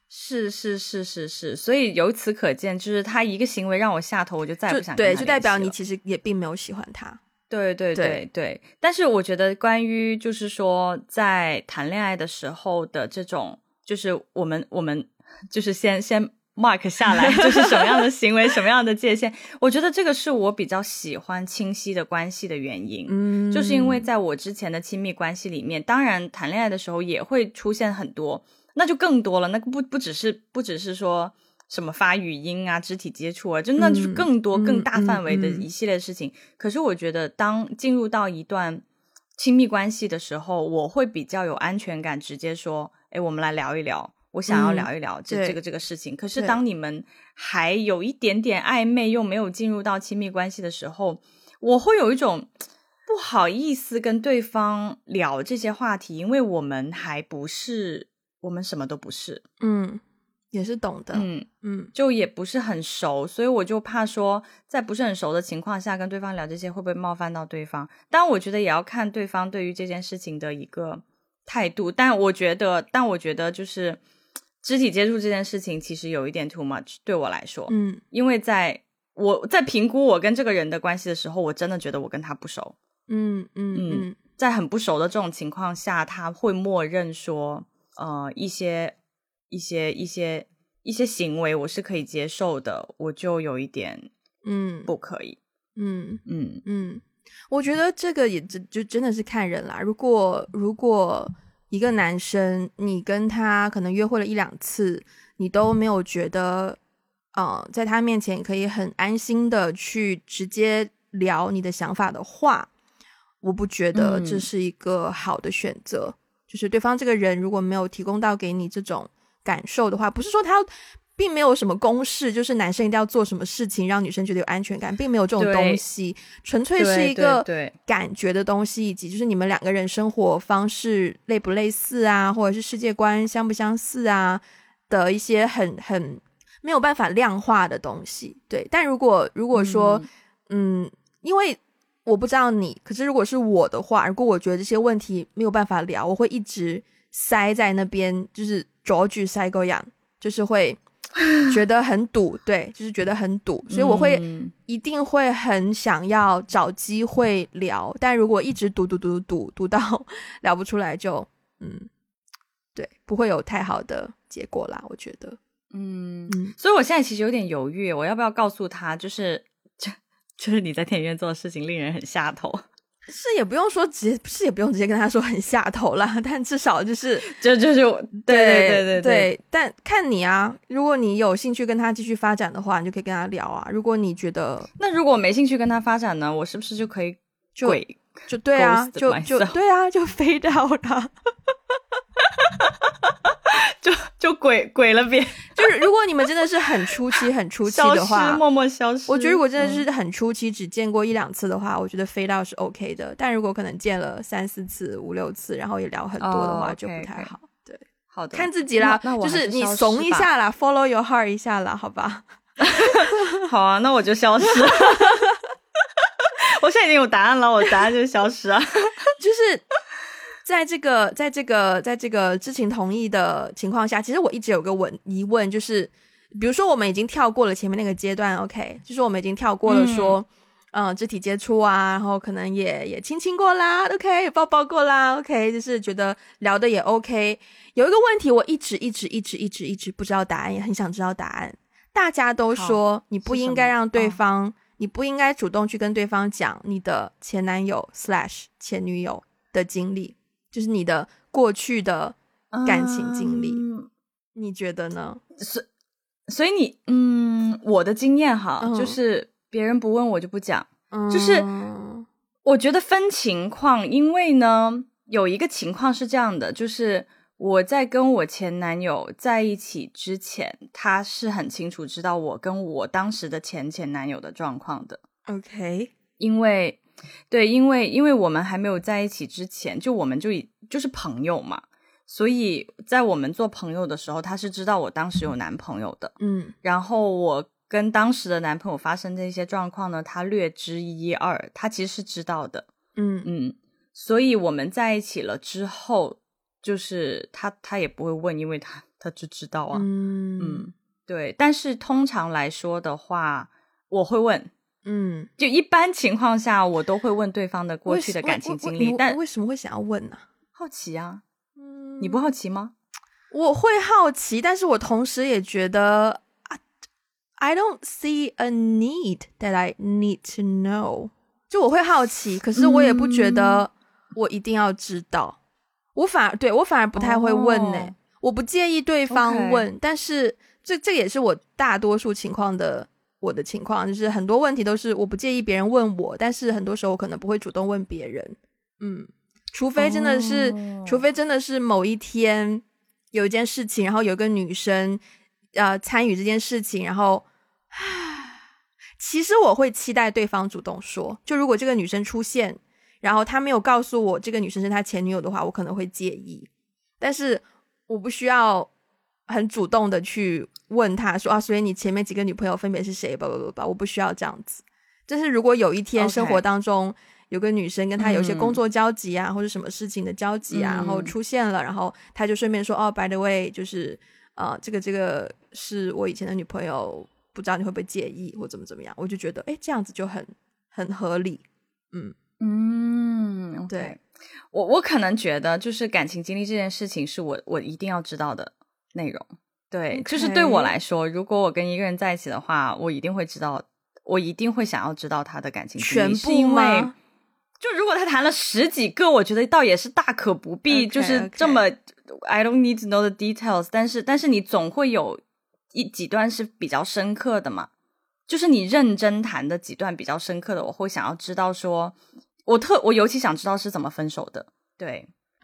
是是是是是，所以由此可见，就是他一个行为让我下头，我就再也不想跟他联系了。 对，就代表你其实也并没有喜欢他。 对对对 对, 对，但是我觉得关于就是说在谈恋爱的时候的这种，就是我们我们就是先先 mark 下来，就是什么样的行为什么样的界限，我觉得这个是我比较喜欢清晰的关系的原因。嗯，就是因为在我之前的亲密关系里面，当然谈恋爱的时候也会出现很多，那就更多了，那不不只是不只是说什么发语音啊肢体接触啊，就那就是更多、嗯、更大范围的一系列事情、嗯嗯嗯、可是我觉得当进入到一段亲密关系的时候，我会比较有安全感，直接说诶我们来聊一聊，我想要聊一聊这、嗯、这个这个事情。可是当你们还有一点点暧昧又没有进入到亲密关系的时候，我会有一种不好意思跟对方聊这些话题，因为我们还不是，我们什么都不是， 嗯，也是懂的， 嗯嗯，就也不是很熟，所以我就怕说在不是很熟的情况下跟对方聊这些会不会冒犯到对方。当然我觉得也要看对方对于这件事情的一个态度，但我觉得但我觉得就是肢体接触这件事情其实有一点 too much 对我来说，嗯，因为在我在评估我跟这个人的关系的时候，我真的觉得我跟他不熟，嗯嗯嗯，在很不熟的这种情况下，他会默认说呃一些一些一些一些行为我是可以接受的，我就有一点嗯不可以。 嗯嗯嗯，我觉得这个也就真的是看人啦。如果如果一个男生你跟他可能约会了一两次，你都没有觉得呃在他面前可以很安心的去直接聊你的想法的话，我不觉得这是一个好的选择、嗯、就是对方这个人如果没有提供到给你这种感受的话，不是说他并没有什么公式，就是男生一定要做什么事情让女生觉得有安全感，并没有这种东西，纯粹是一个感觉的东西，以及就是你们两个人生活方式类不类似啊，或者是世界观相不相似啊的一些很很没有办法量化的东西。对，但如果如果说 嗯, 嗯因为我不知道你，可是如果是我的话，如果我觉得这些问题没有办法聊，我会一直塞在那边，就是左举塞个样，就是会觉得很堵对，就是觉得很堵，所以我会、嗯、一定会很想要找机会聊，但如果一直堵堵堵堵堵到聊不出来就嗯，对，不会有太好的结果啦，我觉得。 嗯嗯，所以我现在其实有点犹豫，我要不要告诉他就是就就是你在电影院做的事情令人很下头。 是也不用说直接，是也不用直接跟他说很下头啦，但至少就是就就是对对对对对, 对但看你啊，如果你有兴趣跟他继续发展的话，你就可以跟他聊啊。如果你觉得那如果没兴趣跟他发展呢，我是不是就可以鬼就对啊，就就对啊，就飞掉了。 就就鬼鬼了别， 就是如果你们真的是很初期很初期的话， 消失默默消失。 我觉得如果真的是很初期、嗯、只见过一两次的话，我觉得飞到是 OK 的。但如果可能见了三四次、五六次，然后也聊很多的话， oh, okay, 就不太好。对， 好的， 看自己啦， 那那就是你怂一下啦 ，follow your heart 一下啦，好吧？ 好啊，那我就消失。我现在已经有答案了，我答案就是消失啊， 就是。在这个在这个在这个知情同意的情况下，其实我一直有个问疑问，就是比如说我们已经跳过了前面那个阶段 OK， 就是我们已经跳过了说嗯、呃、肢体接触啊，然后可能也也亲亲过啦 OK， 也抱抱过啦 OK， 就是觉得聊的也 OK。 有一个问题我一直一直一直一直一直不知道答案，也很想知道答案。大家都说你不应该让对方、哦、你不应该主动去跟对方讲你的前男友 slash 前女友的经历，就是你的过去的感情经历、嗯、你觉得呢？ 所所以你嗯，我的经验哈、嗯、就是别人不问我就不讲、嗯、就是我觉得分情况，因为呢有一个情况是这样的，就是我在跟我前男友在一起之前，他是很清楚知道我跟我当时的前前男友的状况的。 OK， 因为对，因为因为我们还没有在一起之前，就我们就就是朋友嘛，所以在我们做朋友的时候，他是知道我当时有男朋友的，嗯，然后我跟当时的男朋友发生的一些状况呢，他略知一二，他其实是知道的，嗯嗯，所以我们在一起了之后，就是他他也不会问，因为他他就知道啊。 嗯嗯，对。但是通常来说的话，我会问， 嗯， 就一般情况下我都会问对方的过去的感情经历。但为什么会想要问呢、啊？ 好奇啊。 嗯， 你不好奇吗？ 我会好奇，但是我同时也觉得 I don't see a need that I need to know。 就我会好奇，可是我也不觉得我一定要知道、嗯、我反而对我反而不太会问呢、欸哦、我不介意对方问、okay. 但是这这也是我大多数情况的我的情况，就是很多问题都是我不介意别人问我，但是很多时候我可能不会主动问别人。嗯，除非真的是、哦、除非真的是某一天有一件事情，然后有一个女生呃参与这件事情，然后其实我会期待对方主动说，就如果这个女生出现，然后她没有告诉我这个女生是她前女友的话，我可能会介意，但是我不需要很主动的去问她说啊，所以你前面几个女朋友分别是谁吧吧吧吧，我不需要这样子。但是如果有一天生活当中、okay.有个女生跟她有一些工作交集啊、嗯、或者什么事情的交集啊、嗯、然后出现了，然后她就顺便说哦 by the way 就是呃这个这个是我以前的女朋友，不知道你会不会介意或怎么怎么样，我就觉得诶这样子就很很合理。嗯嗯 okay. 对， 我我可能觉得就是感情经历这件事情是我我一定要知道的内容。对、okay. 就是对我来说，如果我跟一个人在一起的话，我一定会知道，我一定会想要知道他的感情经历。 全部吗？ 就如果他谈了十几个，我觉得倒也是大可不必， okay, 就是这么 okay. I don't need to know the details， 但是但是你总会有一几段是比较深刻的嘛，就是你认真谈的几段比较深刻的，我会想要知道说，我特我尤其想知道是怎么分手的。对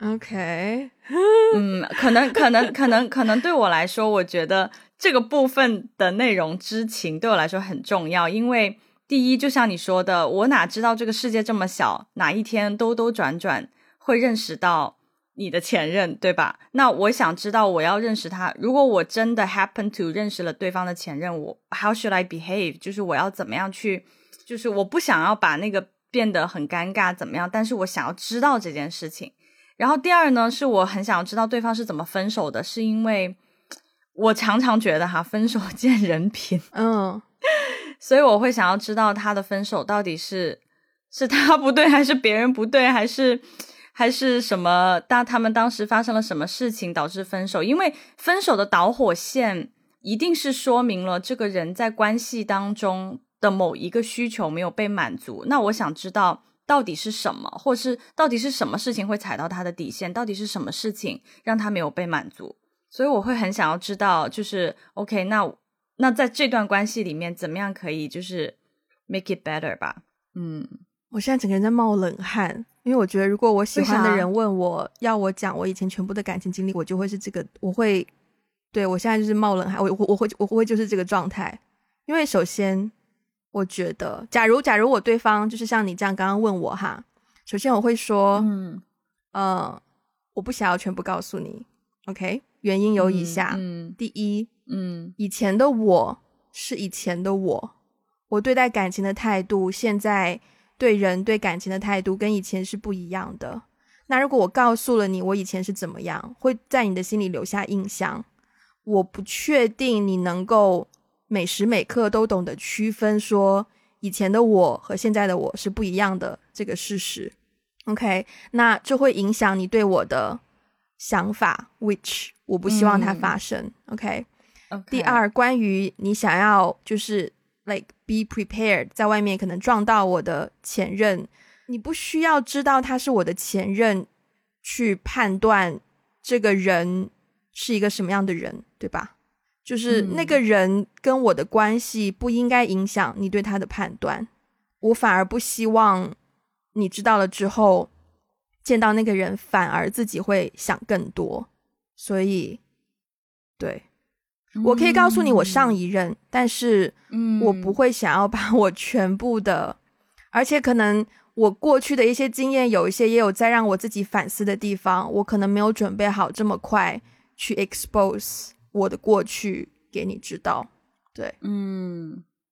OK 嗯，可能可能可能可能对我来说，我觉得这个部分的内容知情对我来说很重要，因为第一，就像你说的，我哪知道这个世界这么小，哪一天兜兜转转会认识到你的前任，对吧？那我想知道我要认识他，如果我真的 happen to 认识了对方的前任，我 how should I behave， 就是我要怎么样去，就是我不想要把那个变得很尴尬怎么样，但是我想要知道这件事情。然后第二呢，是我很想要知道对方是怎么分手的，是因为我常常觉得哈，分手见人品。 嗯所以我会想要知道他的分手到底是是他不对还是别人不对，还是还是什么，当他们当时发生了什么事情导致分手。因为分手的导火线一定是说明了这个人在关系当中的某一个需求没有被满足，那我想知道到底是什么，或是到底是什么事情会踩到他的底线，到底是什么事情让他没有被满足。所以我会很想要知道，就是 OK 那那在这段关系里面怎么样可以就是 make it better 吧。嗯， 我现在整个人在冒冷汗，因为我觉得如果我喜欢的人问我要我讲我以前全部的感情经历，我就会是这个，我会对我现在就是冒冷汗，我我我会我会就是这个状态。因为首先我觉得假如假如我对方就是像你这样刚刚问我哈，首先我会说嗯呃我不想要全部告诉你 OK， 原因有以下、嗯嗯、第一嗯，以前的我是以前的我，我对待感情的态度，现在对人对感情的态度跟以前是不一样的。那如果我告诉了你我以前是怎么样，会在你的心里留下印象，我不确定你能够每时每刻都懂得区分说以前的我和现在的我是不一样的这个事实。 OK， 那这会影响你对我的想法 which 我不希望它发生、嗯、OK Okay. 第二，关于你想要就是 like be prepared 在外面可能撞到我的前任，你不需要知道他是我的前任去判断这个人是一个什么样的人，对吧？就是那个人跟我的关系不应该影响你对他的判断，我反而不希望你知道了之后见到那个人反而自己会想更多。所以对，我可以告诉你我上一任、嗯、但是我不会想要把我全部的、嗯、而且可能我过去的一些经验有一些也有在让我自己反思的地方，我可能没有准备好这么快去 expose 我的过去给你知道。对， 嗯，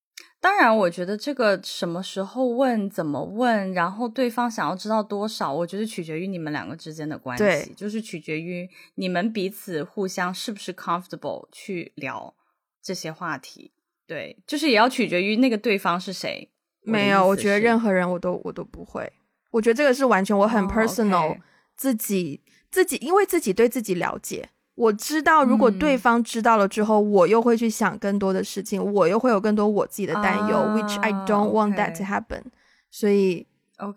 当然我觉得这个什么时候问怎么问，然后对方想要知道多少，我觉得取决于你们两个之间的关系，就是取决于你们彼此互相是不是 comfortable 去聊这些话题。对，就是也要取决于那个对方是谁。 没有，我觉得任何人我都我都不会，我觉得这个是完全我很 personal、oh, okay. 自己自己因为自己对自己了解，我知道如果对方知道了之后、嗯、我又会去想更多的事情，我又会有更多我自己的担忧、啊、which I don't want that to happen、okay. 所以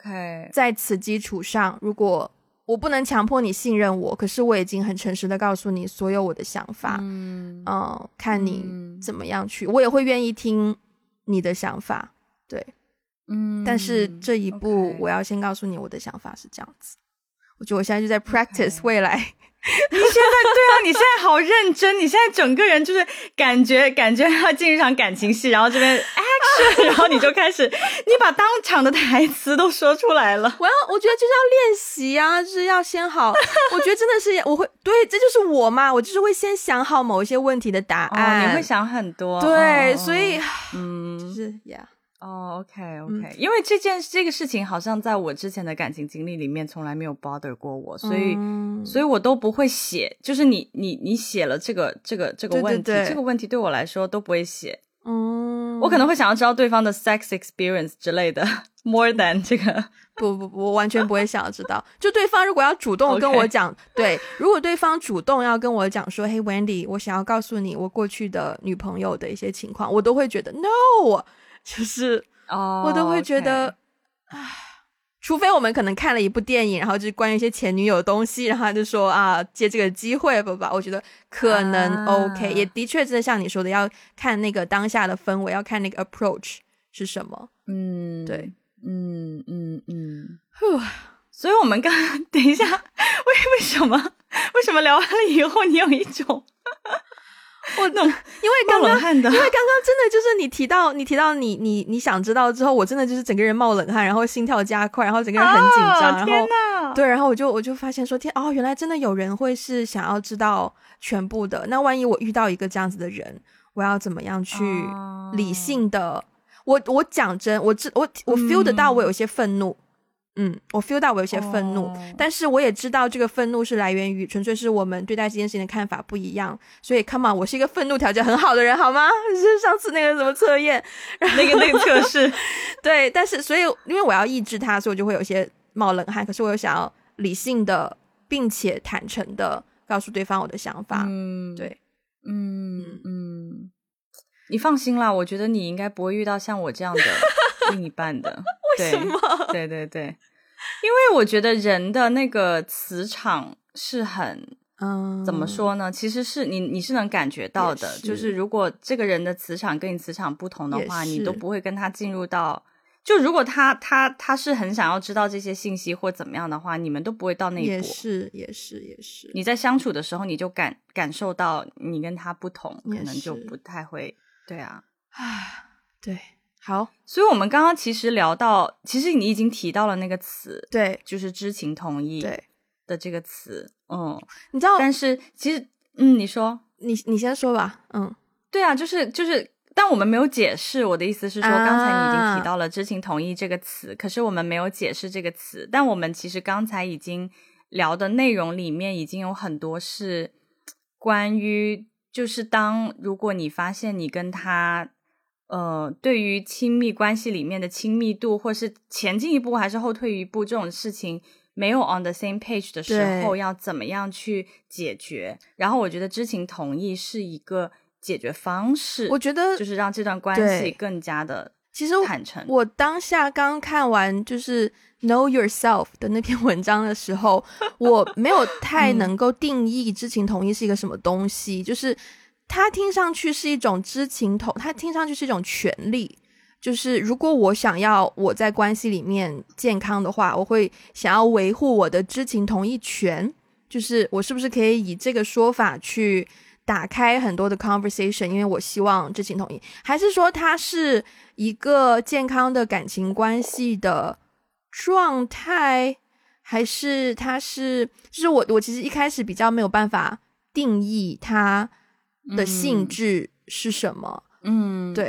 OK 在此基础上，如果我不能强迫你信任我，可是我已经很诚实的告诉你所有我的想法，嗯、呃、看你怎么样去、嗯、我也会愿意听你的想法，对，嗯，但是这一步我要先告诉你我的想法是这样子。我觉得我现在就在 practice 未来、okay. 你现在对啊，你现在好认真，你现在整个人就是感觉感觉要进一场感情戏，然后这边 action 然后你就开始你把当场的台词都说出来了。 我要我觉得就是要练习啊，就是要先好我觉得真的是我会对，这就是我嘛，我就是会先想好某一些问题的答案、 哦、你会想很多， 对、 哦、 所以嗯， 就是 yeah 哦、oh, OK OK、嗯、因为这件这个事情好像在我之前的感情经历里面从来没有 bother 过我，所以、嗯、所以我都不会写，就是你你你写了这个这个这个问题， 对对对， 这个问题对我来说都不会写，嗯，我可能会想要知道对方的 sex experience 之类的 more than 这个不不不，我完全不会想要知道就对方如果要主动跟我讲、okay. 对，如果对方主动要跟我讲说 Hey Wendy 我想要告诉你我过去的女朋友的一些情况，我都会觉得 No，就是、oh, 我都会觉得、okay. 除非我们可能看了一部电影，然后就是关于一些前女友的东西，然后他就说啊，借这个机会吧吧，我觉得可能 OK、ah. 也的确真的像你说的要看那个当下的氛围，要看那个 approach 是什么。嗯，对， 嗯嗯嗯，所以我们刚刚等一下为为什么为什么聊完了以后你有一种我因为刚刚因为刚刚真的就是你提到你提到你你你想知道之后，我真的就是整个人冒冷汗，然后心跳加快，然后整个人很紧张、哦、然后天哪，对， 然后我就我就发现说天哦，原来真的有人会是想要知道全部的，那万一我遇到一个这样子的人，我要怎么样去理性的、哦、我我讲真我我我 feel 得到我有些愤怒，嗯，我 feel 到我有些愤怒、oh. 但是我也知道这个愤怒是来源于纯粹是我们对待这件事情的看法不一样，所以 come on 我是一个愤怒条件很好的人好吗？就是上次那个什么测验那个那个测试对，但是所以因为我要抑制它，所以我就会有些冒冷汗，可是我又想要理性的并且坦诚的告诉对方我的想法。嗯，对， 嗯嗯，你放心啦，我觉得你应该不会遇到像我这样的另一半的为什么？ 对对对，因为我觉得人的那个磁场是很嗯，怎么说呢，其实是你你是能感觉到的，是就是如果这个人的磁场跟你磁场不同的话，你都不会跟他进入到，就如果他他他是很想要知道这些信息或怎么样的话，你们都不会到那一步。 也是也是也是， 你在相处的时候你就感感受到你跟他不同，可能就不太会。对啊， 对，好， 所以我们刚刚其实聊到，其实你已经提到了那个词， 对， 就是知情同意对的这个词，嗯， 你知道， 但是其实，嗯，你说， 你你先说吧，嗯， 对啊，就是就是，但我们没有解释，我的意思是说，刚才你已经提到了知情同意这个词，啊，可是我们没有解释这个词，但我们其实刚才已经聊的内容里面已经有很多是关于。就是当如果你发现你跟他呃，对于亲密关系里面的亲密度或是前进一步还是后退一步这种事情没有 on the same page 的时候，要怎么样去解决，然后我觉得知情同意是一个解决方式， 我觉得就是让这段关系更加的其实坦诚。 我当下刚看完就是 Know Yourself 的那篇文章的时候我没有太能够定义知情同意是一个什么东西，嗯，就是它听上去是一种知情同它听上去是一种权利，就是如果我想要我在关系里面健康的话，我会想要维护我的知情同意权，就是我是不是可以以这个说法去打开很多的 conversation， 因为我希望知情同意，还是说它是一个健康的感情关系的状态，还是它是就是我我其实一开始比较没有办法定义它的性质是什么。嗯，对，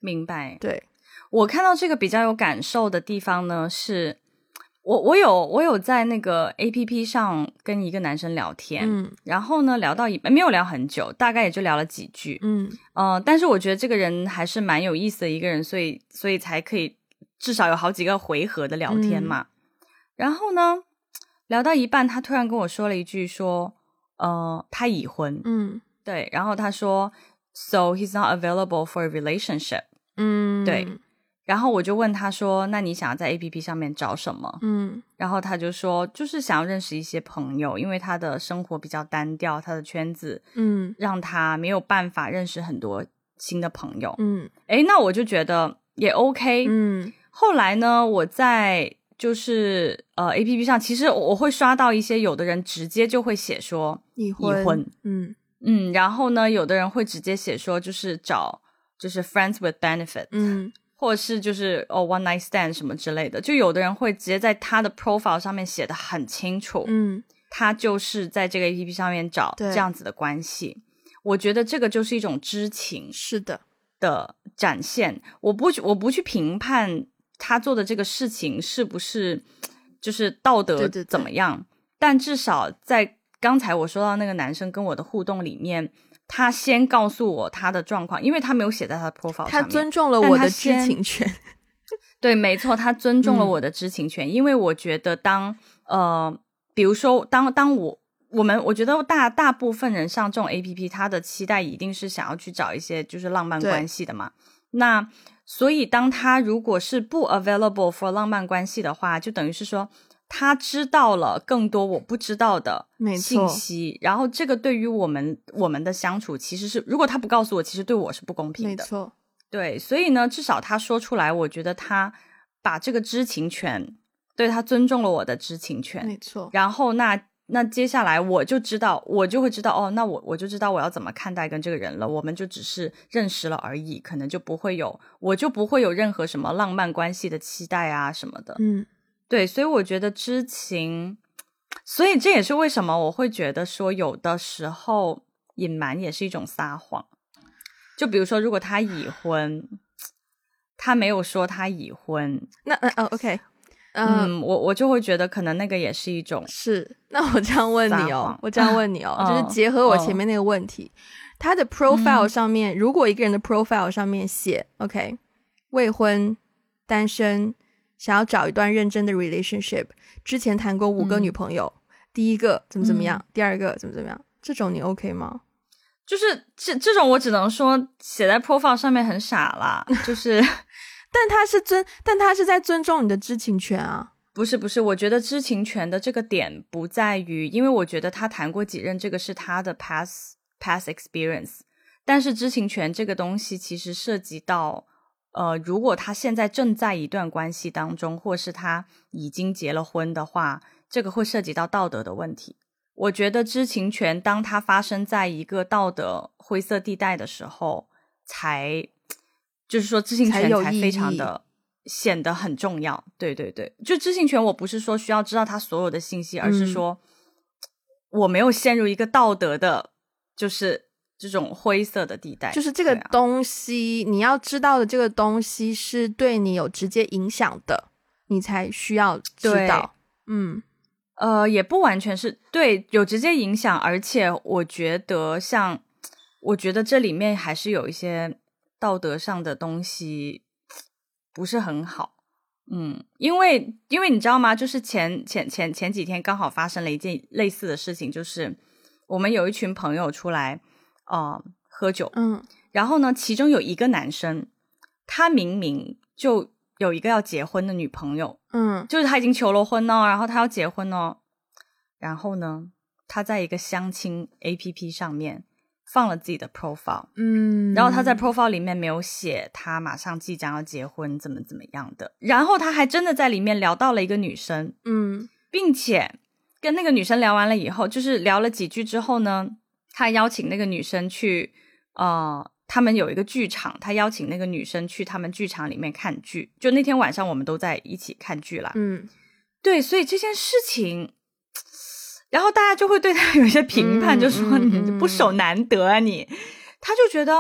明白。 对， 我看到这个比较有感受的地方呢，是我我有我有在那个 A P P 上跟一个男生聊天，嗯，然后呢聊到一没有聊很久，大概也就聊了几句，嗯呃，但是我觉得这个人还是蛮有意思的一个人，所以所以才可以至少有好几个回合的聊天嘛。嗯、然后呢聊到一半，他突然跟我说了一句说，呃，他已婚，嗯，对，然后他说 ，So he's not available for a relationship， 嗯，对。然后我就问他说，那你想要在 A P P 上面找什么？嗯，然后他就说就是想要认识一些朋友，因为他的生活比较单调，他的圈子嗯，让他没有办法认识很多新的朋友。嗯，诶，那我就觉得也 OK。嗯，后来呢我在就是呃 A P P 上，其实我会刷到一些有的人直接就会写说已婚，已婚嗯嗯，然后呢有的人会直接写说就是找就是 friends with benefit， 嗯，或者是就是哦 one night stand 什么之类的，就有的人会直接在他的 profile 上面写得很清楚，嗯，他就是在这个 A P P 上面找这样子的关系。我觉得这个就是一种知情是的的展现。我不我不去评判他做的这个事情是不是就是道德怎么样，对对对，但至少在刚才我说到那个男生跟我的互动里面，他先告诉我他的状况，因为他没有写在他的 profile 上面， 他尊重了我的知情权。 对，没错，他尊重了我的知情权。嗯，因为我觉得当呃比如说当当我我们我觉得大大部分人上这种 A P P， 他的期待一定是想要去找一些就是浪漫关系的嘛。那所以当他如果是不 available for 浪漫关系的话，就等于是说他知道了更多我不知道的信息，然后这个对于我们我们的相处其实是，如果他不告诉我，其实对我是不公平的。 没错， 对，所以呢至少他说出来，我觉得他把这个知情权，对，他尊重了我的知情权。 没错， 然后那那接下来我就知道我就会知道哦，那我我就知道我要怎么看待跟这个人了，我们就只是认识了而已，可能就不会有我就不会有任何什么浪漫关系的期待啊什么的。嗯，对，所以我觉得知情，所以这也是为什么我会觉得说有的时候隐瞒也是一种撒谎。就比如说如果他已婚，他没有说他已婚， 那呃、哦、OK， 嗯，我我就会觉得可能那个也是一种是。那我这样问你哦，我这样问你哦，嗯，就是结合我前面那个问题，嗯，他的 profile 上面，嗯，如果一个人的 profile 上面写 OK 未婚单身，想要找一段认真的 relationship， 之前谈过五个女朋友，嗯，第一个怎么怎么样，嗯，第二个怎么怎么样，这种你 OK 吗？ 就是这这种我只能说写在 profile 上面很傻啦，就是但他是尊但他是在尊重你的知情权啊。 不是不是，我觉得知情权的这个点不在于，因为我觉得他谈过几任，这个是他的 past past experience， 但是知情权这个东西其实涉及到呃，如果他现在正在一段关系当中，或是他已经结了婚的话，这个会涉及到道德的问题。我觉得知情权当它发生在一个道德灰色地带的时候，才就是说知情权才非常的显得很重要。对对对，就知情权我不是说需要知道他所有的信息，而是说我没有陷入一个道德的就是这种灰色的地带， 就是这个东西，啊，你要知道的这个东西是对你有直接影响的，你才需要知道。嗯， 呃，也不完全是对，有直接影响，而且我觉得像我觉得这里面还是有一些道德上的东西不是很好。嗯，因为因为你知道吗，就是前前前前几天刚好发生了一件类似的事情，就是我们有一群朋友出来呃喝酒，嗯，然后呢其中有一个男生，他明明就有一个要结婚的女朋友，嗯，就是他已经求了婚哦，然后他要结婚哦，然后呢他在一个相亲 A P P 上面放了自己的 profile， 嗯，然后他在 profile 里面没有写他马上即将要结婚怎么怎么样的，然后他还真的在里面聊到了一个女生，嗯，并且跟那个女生聊完了以后，就是聊了几句之后呢，他邀请那个女生去呃他们有一个剧场，他邀请那个女生去他们剧场里面看剧，就那天晚上我们都在一起看剧啦。嗯，对，所以这件事情，然后大家就会对他有一些评判，嗯，就说你不守难得啊你，他就觉得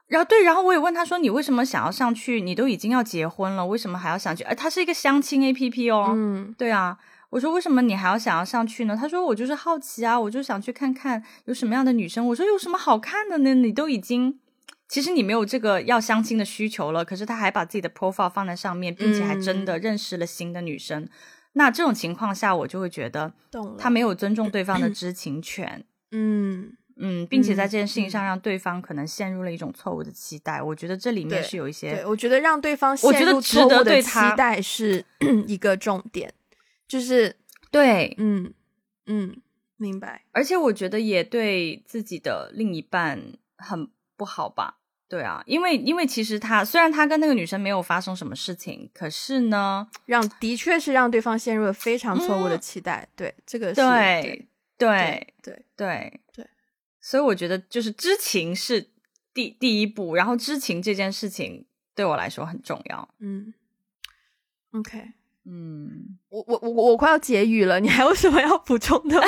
然后对，然后我也问他说你为什么想要上去，你都已经要结婚了，为什么还要想去？哎，他是一个相亲 A P P 哦， 嗯， 对啊，我说为什么你还要想要上去呢？他说我就是好奇啊，我就想去看看有什么样的女生。我说有什么好看的呢？你都已经其实你没有这个要相亲的需求了，可是他还把自己的 profile 放在上面，并且还真的认识了新的女生、嗯、那这种情况下我就会觉得他没有尊重对方的知情权嗯嗯，并且在这件事情上让对方可能陷入了一种错误的期待、嗯、我觉得这里面是有一些， 对，我觉得让对方陷入错误的期待是一个重点，就是对嗯嗯，明白。 而且我觉得也对自己的另一半很不好吧，对啊，因为因为其实他虽然他跟那个女生没有发生什么事情，可是呢让的确是让对方陷入了非常错误的期待、嗯、对，这个是对对对对对对， 所以我觉得就是知情是第第一步，然后知情这件事情对我来说很重要。 嗯 OK 嗯， 我我我我快要结语了，你还有什么要补充的吗？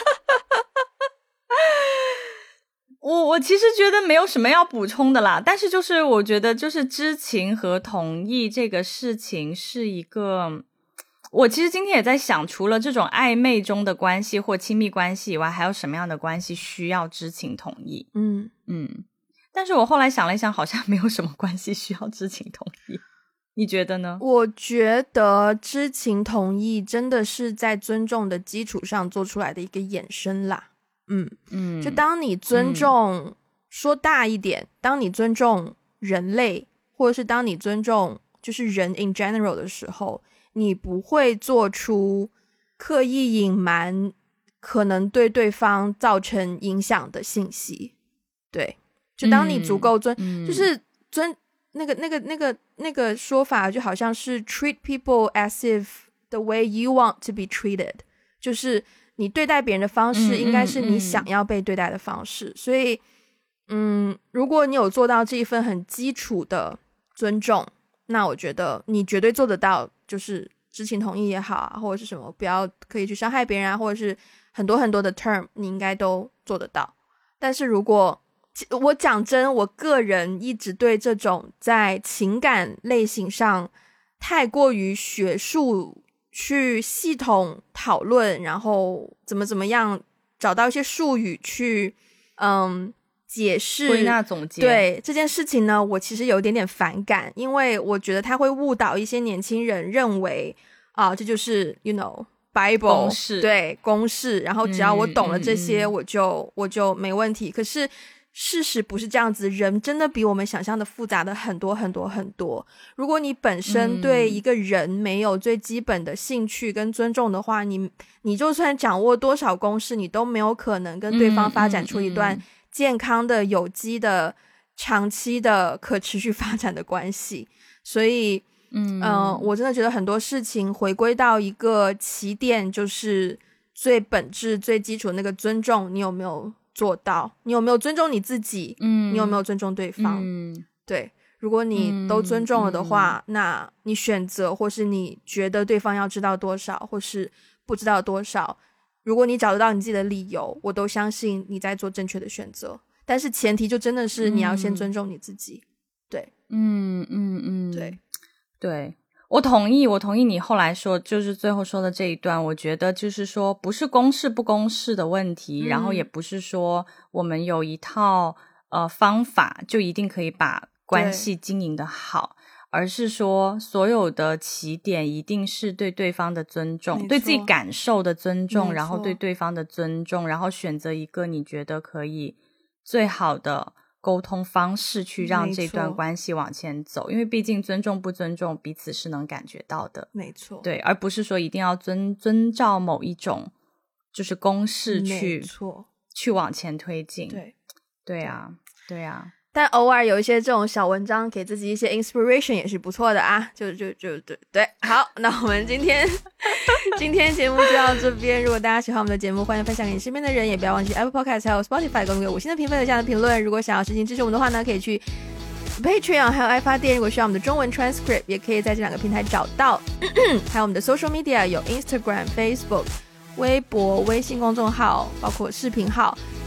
我我其实觉得没有什么要补充的啦，但是就是我觉得就是知情和同意这个事情是一个，我其实今天也在想，除了这种暧昧中的关系或亲密关系以外，还有什么样的关系需要知情同意？ 嗯嗯，但是我后来想了一想，好像没有什么关系需要知情同意，你觉得呢？ 我觉得知情同意真的是在尊重的基础上做出来的一个衍生啦。嗯嗯，就当你尊重、嗯、说大一点，当你尊重人类，或者是当你尊重就是人 in general 的时候，你不会做出刻意隐瞒可能对对方造成影响的信息。对，就当你足够尊、嗯、就是尊那个那个那个那个说法就好像是 treat people as if the way you want to be treated， 就是你对待别人的方式应该是你想要被对待的方式、嗯嗯嗯、所以嗯，如果你有做到这一份很基础的尊重，那我觉得你绝对做得到，就是知情同意也好啊，或者是什么不要可以去伤害别人啊，或者是很多很多的 term 你应该都做得到。但是如果我讲真，我个人一直对这种在情感类型上太过于学术去系统讨论，然后怎么怎么样找到一些术语去嗯解释归纳总结， 对这件事情呢，我其实有一点点反感，因为我觉得它会误导一些年轻人认为啊，这就是 you know Bible 公式， 对公式，然后只要我懂了这些、嗯、我就、嗯、我就没问题。可是事实不是这样子，人真的比我们想象的复杂的很多很多很多。如果你本身对一个人没有最基本的兴趣跟尊重的话，你你就算掌握多少公式，你都没有可能跟对方发展出一段健康的、有机的、长期的、可持续发展的关系。所以嗯、呃，我真的觉得很多事情回归到一个起点，就是最本质最基础的那个尊重，你有没有做到？你有没有尊重你自己？嗯，你有没有尊重对方？嗯，对。如果你都尊重了的话、嗯、那你选择或是你觉得对方要知道多少，或是不知道多少，如果你找得到你自己的理由，我都相信你在做正确的选择。但是前提就真的是你要先尊重你自己。嗯、对， 嗯嗯嗯， 对对。我同意，我同意你后来说，就是最后说的这一段，我觉得就是说不是公事不公事的问题、嗯、然后也不是说我们有一套呃方法就一定可以把关系经营的好，而是说所有的起点一定是对对方的尊重，对自己感受的尊重，然后对对方的尊重，然后选择一个你觉得可以最好的沟通方式去让这段关系往前走，因为毕竟尊重不尊重彼此是能感觉到的， 没错， 对，而不是说一定要遵遵照某一种就是公式去没错去往前推进， 对对啊对啊， 但偶尔有一些这种小文章给自己一些 inspiration 也是不错的啊，就就就对对。好，那我们今天今天节目就到这边。如果大家喜欢我们的节目，欢迎分享给你身边的人，也不要忘记 Apple Podcast 还有 Spotify 给我们五星的评分和这样的评论。如果想要实行支持我们的话呢，可以去 Patreon 还有爱发电。如果需要我们的中文 transcript， 也可以在这两个平台找到。还有我们的 social media 有 Instagram、Facebook、微博、微信公众号，包括视频号。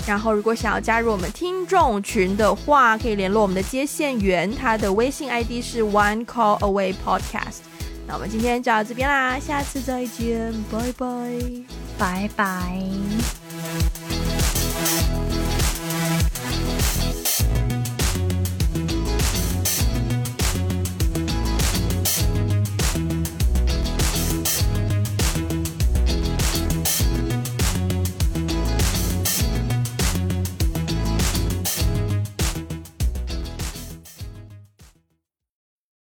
然后如果想要加入我们听众群的话，可以联络我们的接线员，他的微信 I D 是 One Call Away Podcast。那我们今天就到这边啦，下次再见，拜拜， 拜拜。